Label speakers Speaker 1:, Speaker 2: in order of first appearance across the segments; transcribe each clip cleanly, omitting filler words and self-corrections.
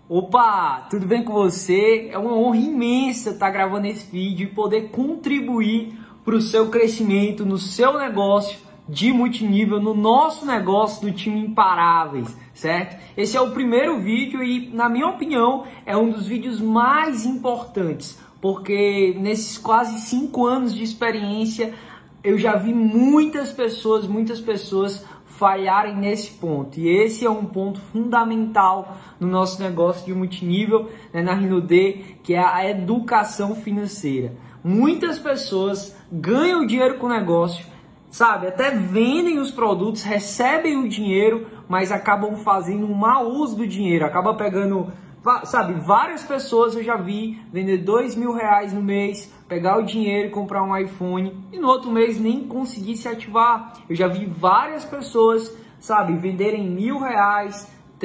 Speaker 1: Opa, tudo bem com você? É uma honra imensa estar gravando esse vídeo e poder contribuir para o seu crescimento no seu negócio de multinível, no nosso negócio do time Imparáveis, certo? Esse é o primeiro vídeo e, na minha opinião, é um dos vídeos mais importantes, porque nesses quase 5 anos de experiência, eu já vi muitas pessoas falharem nesse ponto. E esse é um ponto fundamental no nosso negócio de multinível, né, na RinoD, que é a educação financeira. Muitas pessoas ganham dinheiro com o negócio, sabe? Até vendem os produtos, recebem o dinheiro, mas acabam fazendo um mau uso do dinheiro. Acaba pegando, sabe, várias pessoas eu já vi vender R$2.000 no mês, pegar o dinheiro e comprar um iPhone e no outro mês nem conseguir se ativar. Eu já vi várias pessoas, sabe, venderem R$1.000,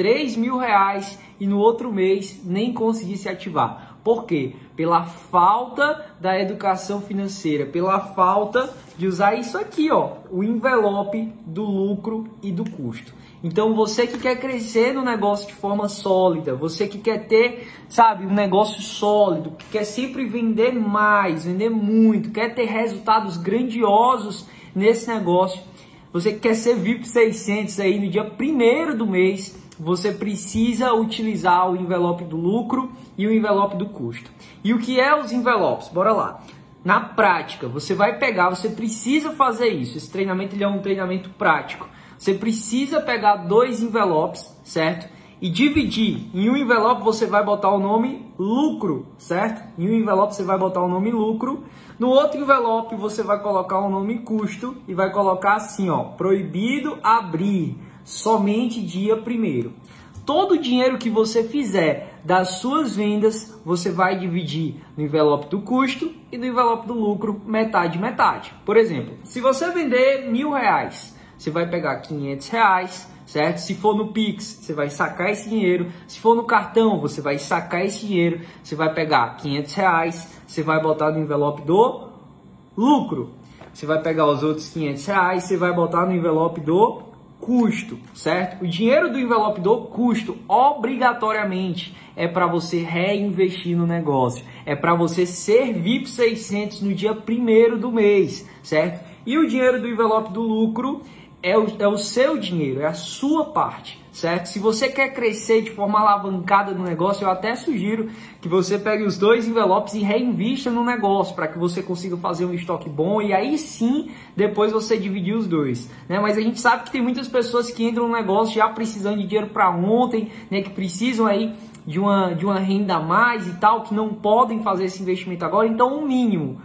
Speaker 1: R$3.000 e no outro mês nem conseguir se ativar. Por quê? Pela falta da educação financeira, pela falta de usar isso aqui, ó, o envelope do lucro e do custo. Então você que quer crescer no negócio de forma sólida, você que quer ter, sabe, um negócio sólido, que quer sempre vender mais, vender muito, quer ter resultados grandiosos nesse negócio, você que quer ser VIP 600 aí no dia 1º do mês, você precisa utilizar o envelope do lucro e o envelope do custo. E o que é os envelopes? Bora lá. Na prática, você vai pegar, você precisa fazer isso. Esse treinamento ele é um treinamento prático. Você precisa pegar 2 envelopes, certo? E dividir. Em um envelope você vai botar o nome lucro, certo? Em um envelope você vai botar o nome lucro. No outro envelope você vai colocar o nome custo e vai colocar assim, ó, proibido abrir, somente dia 1º. Todo o dinheiro que você fizer das suas vendas, você vai dividir no envelope do custo e no envelope do lucro, metade, metade. Por exemplo, se você vender R$1.000, você vai pegar R$500, certo? Se for no Pix, você vai sacar esse dinheiro. Se for no cartão, você vai sacar esse dinheiro. Você vai pegar R$500, você vai botar no envelope do lucro. Você vai pegar os outros R$500, você vai botar no envelope do custo, certo? O dinheiro do envelope do custo, obrigatoriamente, é para você reinvestir no negócio. É para você ser VIP 600 no dia 1º do mês, certo? E o dinheiro do envelope do lucro é o seu dinheiro, é a sua parte, certo? Se você quer crescer de forma alavancada no negócio, eu até sugiro que você pegue os 2 envelopes e reinvista no negócio, para que você consiga fazer um estoque bom e aí sim, depois você dividir os 2, né? Mas a gente sabe que tem muitas pessoas que entram no negócio já precisando de dinheiro para ontem, né? Que precisam aí de uma renda a mais e tal, que não podem fazer esse investimento agora. Então o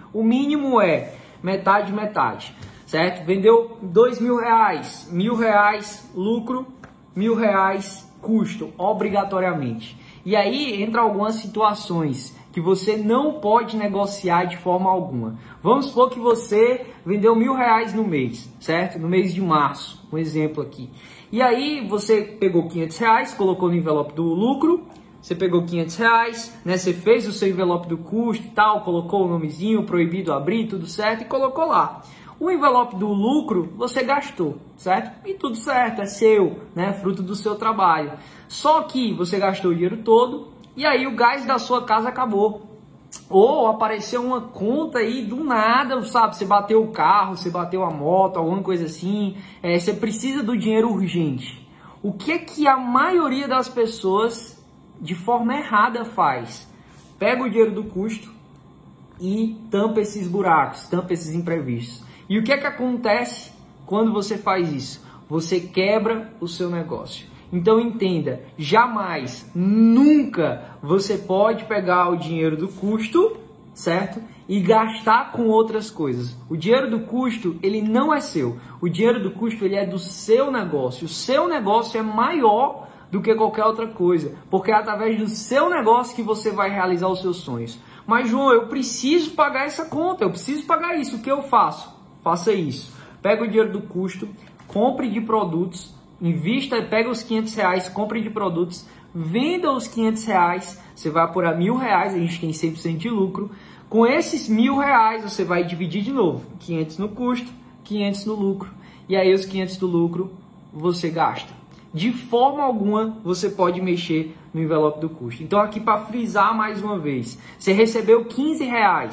Speaker 1: mínimo é metade, metade. Certo? Vendeu R$2.000, R$1.000 lucro, R$1.000 custo, obrigatoriamente. E aí entra algumas situações que você não pode negociar de forma alguma. Vamos supor que você vendeu R$1.000 no mês, certo? No mês de março, um exemplo aqui. E aí você pegou R$500, colocou no envelope do lucro. Você pegou R$500, né? Você fez o seu envelope do custo e tal, colocou o nomezinho, proibido abrir, tudo certo, e colocou lá. O envelope do lucro você gastou, certo? E tudo certo, é seu, né? Fruto do seu trabalho. Só que você gastou o dinheiro todo e aí o gás da sua casa acabou. Ou apareceu uma conta aí do nada, sabe? Você bateu o carro, você bateu a moto, alguma coisa assim. Você precisa do dinheiro urgente. O que a maioria das pessoas de forma errada faz? Pega o dinheiro do custo e tampa esses buracos, tampa esses imprevistos. E o que acontece quando você faz isso? Você quebra o seu negócio. Então entenda, jamais, nunca você pode pegar o dinheiro do custo, certo? E gastar com outras coisas. O dinheiro do custo, ele não é seu. O dinheiro do custo, ele é do seu negócio. O seu negócio é maior do que qualquer outra coisa, porque é através do seu negócio que você vai realizar os seus sonhos. Mas João, eu preciso pagar essa conta, eu preciso pagar isso, o que eu faço? Faça isso. Pega o dinheiro do custo, compre de produtos, invista, pega os R$500, compre de produtos, venda os R$500, você vai apurar R$1.000, a gente tem 100% de lucro. Com esses R$1.000, você vai dividir de novo, 500 no custo, 500 no lucro. E aí os 500 do lucro você gasta. de forma alguma você pode mexer no envelope do custo. Então aqui para frisar mais uma vez, você recebeu R$15, R$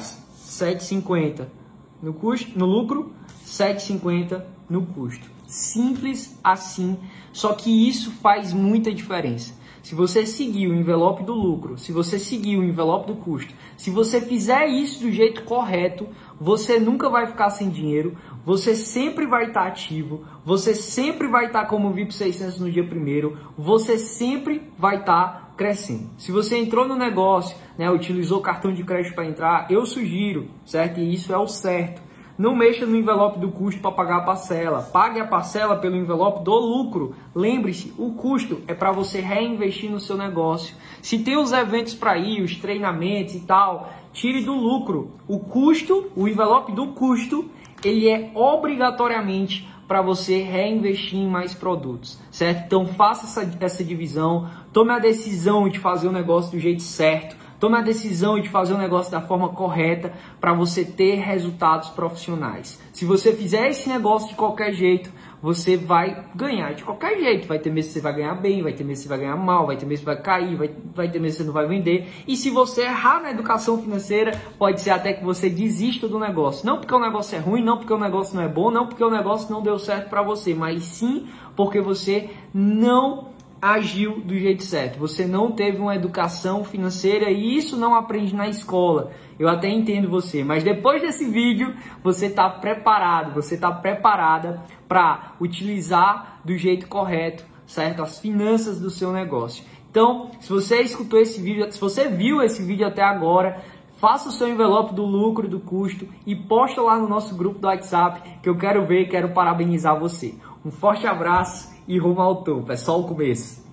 Speaker 1: 7,50 no custo, no lucro, R$ 7,50 no custo. Simples assim, só que isso faz muita diferença. Se você seguir o envelope do lucro, se você seguir o envelope do custo, se você fizer isso do jeito correto, você nunca vai ficar sem dinheiro, você sempre vai estar ativo, você sempre vai estar como VIP 600 no dia primeiro, você sempre vai estar crescendo. Se você entrou no negócio, né, utilizou cartão de crédito para entrar, eu sugiro, certo? E isso é o certo. Não mexa no envelope do custo para pagar a parcela. Pague a parcela pelo envelope do lucro. Lembre-se, o custo é para você reinvestir no seu negócio. Se tem os eventos para ir, os treinamentos e tal, tire do lucro. O custo, o envelope do custo, ele é obrigatoriamente para você reinvestir em mais produtos, certo? Então faça essa divisão, tome a decisão de fazer o negócio do jeito certo. Tome a decisão de fazer o negócio da forma correta para você ter resultados profissionais. Se você fizer esse negócio de qualquer jeito, você vai ganhar de qualquer jeito. Vai ter mês que você vai ganhar bem, vai ter mês que você vai ganhar mal, vai ter mês que vai cair, vai ter mês que você não vai vender. E se você errar na educação financeira, pode ser até que você desista do negócio. Não porque o negócio é ruim, não porque o negócio não é bom, não porque o negócio não deu certo para você, mas sim porque você não agiu do jeito certo, você não teve uma educação financeira e isso não aprende na escola. Eu até entendo você, mas depois desse vídeo você está preparado, você está preparada para utilizar do jeito correto, certo? As finanças do seu negócio. Então, se você escutou esse vídeo, se você viu esse vídeo até agora, faça o seu envelope do lucro e do custo e posta lá no nosso grupo do WhatsApp que eu quero ver e quero parabenizar você. Um forte abraço e rumo ao topo, é só o começo.